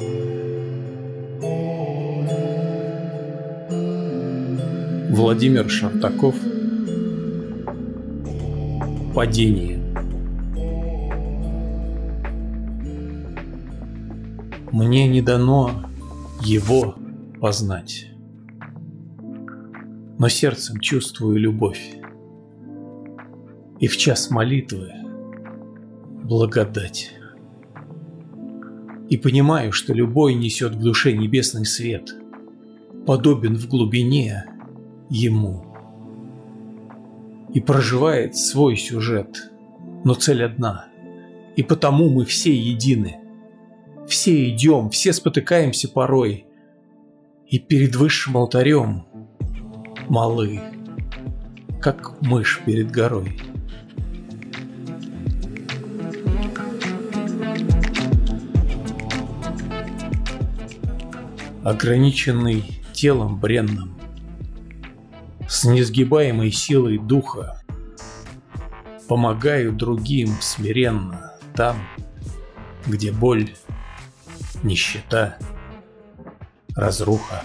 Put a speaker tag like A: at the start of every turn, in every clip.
A: Владимир Шартаков. Падение. Мне не дано его познать, но сердцем чувствую любовь, и в час молитвы благодать. И понимаю, что любой несет в душе небесный свет, подобен в глубине ему, и проживает свой сюжет, но цель одна, и потому мы все едины. Все идем, все спотыкаемся порой, и перед высшим алтарем малы, как мышь перед горой. Ограниченный телом бренным, с несгибаемой силой духа, помогаю другим смиренно там, где боль, нищета, разруха.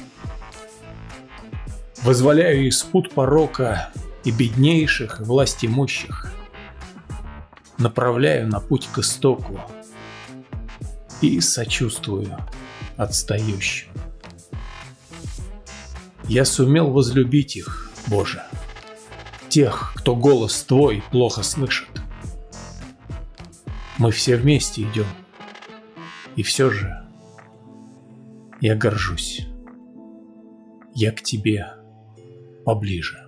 A: Вызволяю из пут порока и беднейших, и властимущих, направляю на путь к истоку и сочувствую отстающим. Я сумел возлюбить их, Боже, тех, кто голос Твой плохо слышит. Мы все вместе идем, и все же я горжусь. Я к Тебе поближе.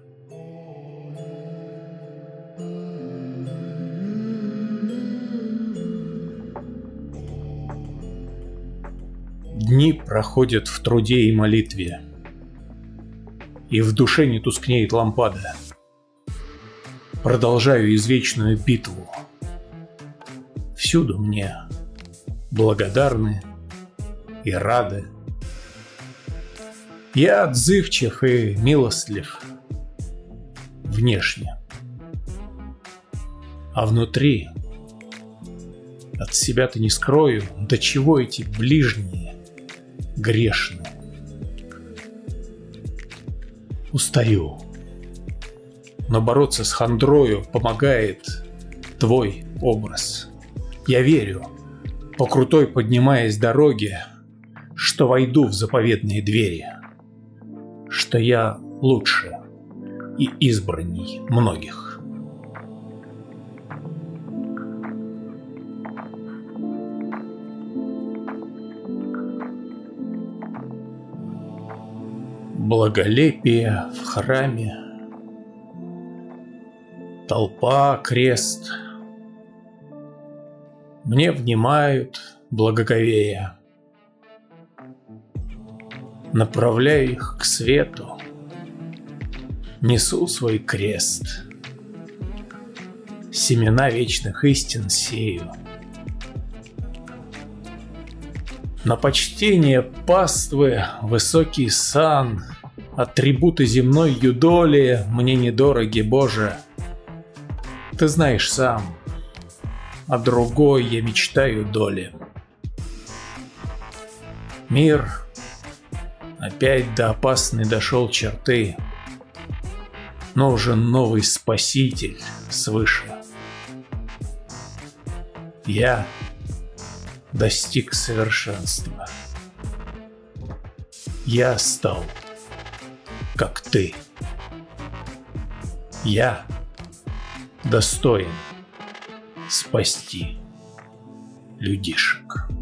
A: Дни проходят в труде и молитве, и в душе не тускнеет лампада. Продолжаю извечную битву. Всюду мне благодарны и рады. Я отзывчив и милостлив внешне, а внутри от себя-то не скрою, до чего эти ближние грешны. Устаю, но бороться с хандрою помогает Твой образ. Я верю, по крутой поднимаясь дороге, что войду в заповедные двери, что я лучше и избранней многих. Благолепие в храме, толпа, крест. Мне внимают, благоговея. Направляю их к свету, несу свой крест. Семена вечных истин сею. На почтение паствы высокий сан, атрибуты земной юдоли мне недороги, Боже. Ты знаешь сам, о другой я мечтаю доли. Мир опять до опасной дошел черты, но уже новый спаситель свыше. Я достиг совершенства. Я стал как Ты. Я достоин спасти людишек.